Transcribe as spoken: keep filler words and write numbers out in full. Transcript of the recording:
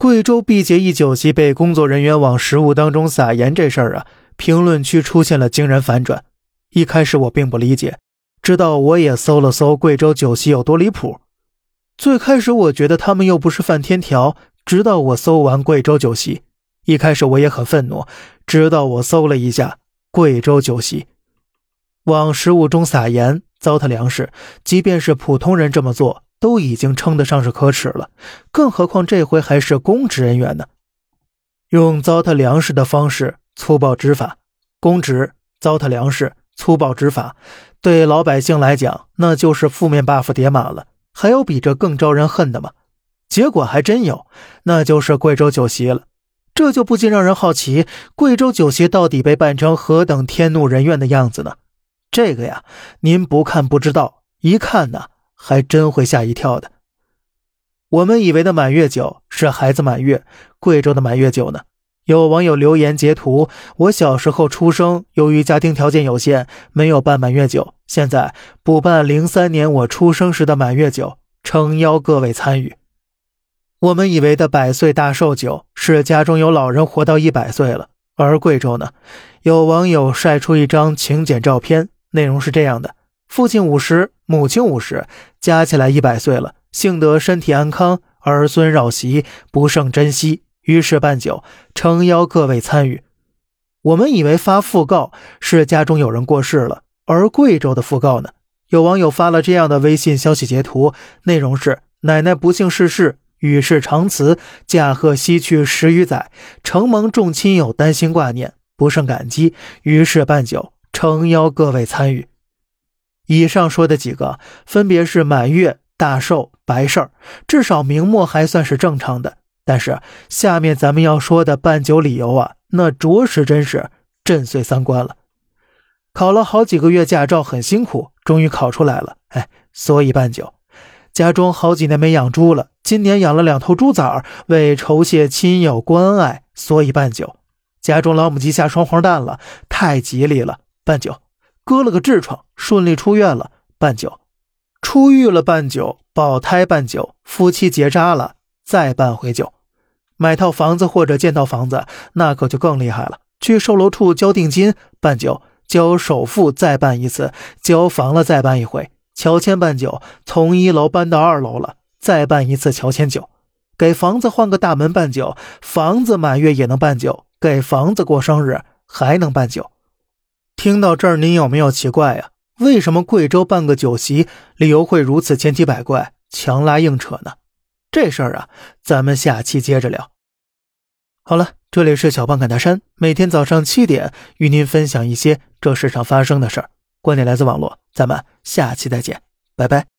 贵州毕节一酒席被工作人员往食物当中撒盐这事儿啊，评论区出现了惊人反转。一开始我并不理解，直到我也搜了搜贵州酒席有多离谱。最开始我觉得他们又不是饭天条，直到我搜完贵州酒席。一开始我也很愤怒，直到我搜了一下贵州酒席。往食物中撒盐，糟蹋粮食，即便是普通人这么做都已经称得上是可耻了，更何况这回还是公职人员呢？用糟蹋粮食的方式粗暴执法，公职糟蹋粮食粗暴执法，对老百姓来讲那就是负面 buff 叠满了，还有比这更招人恨的吗？结果还真有，那就是贵州酒席了。这就不禁让人好奇，贵州酒席到底被办成何等天怒人怨的样子呢？这个呀，您不看不知道，一看呢还真会吓一跳的。我们以为的满月酒是孩子满月，贵州的满月酒呢？有网友留言截图，我小时候出生，由于家庭条件有限，没有办满月酒，现在补办零三年我出生时的满月酒，诚邀各位参与。我们以为的百岁大寿酒是家中有老人活到一百岁了，而贵州呢，有网友晒出一张请柬照片，内容是这样的：父亲五十，母亲五十，加起来一百岁了，幸得身体安康，儿孙绕膝，不胜珍惜，于是办酒，诚邀各位参与。我们以为发讣告是家中有人过世了，而贵州的讣告呢，有网友发了这样的微信消息截图，内容是：奶奶不幸逝世，与世长辞，驾鹤西去十余载，承蒙众亲友担心挂念，不胜感激，于是办酒，诚邀各位参与。以上说的几个分别是满月、大寿、白事儿，至少明末还算是正常的。但是下面咱们要说的办酒理由啊，那着实真是震碎三观了。考了好几个月驾照很辛苦，终于考出来了，哎，所以办酒。家中好几年没养猪了，今年养了两头猪崽儿，为酬谢亲友关爱，所以办酒。家中老母鸡下双黄蛋了，太吉利了，办酒。割了个痔疮，顺利出院了，办酒。出狱了办酒，保胎办酒，夫妻结扎了再办回酒。买套房子或者建套房子，那可就更厉害了，去售楼处交定金办酒，交首付再办一次，交房了再办一回，乔迁办酒，从一楼搬到二楼了，再办一次乔迁酒。给房子换个大门办酒，房子满月也能办酒，给房子过生日还能办酒。听到这儿您有没有奇怪呀？为什么贵州办个酒席理由会如此千奇百怪，强拉硬扯呢？这事儿啊，咱们下期接着聊。好了，这里是小胖侃大山，每天早上七点与您分享一些这世上发生的事儿，观点来自网络，咱们下期再见，拜拜。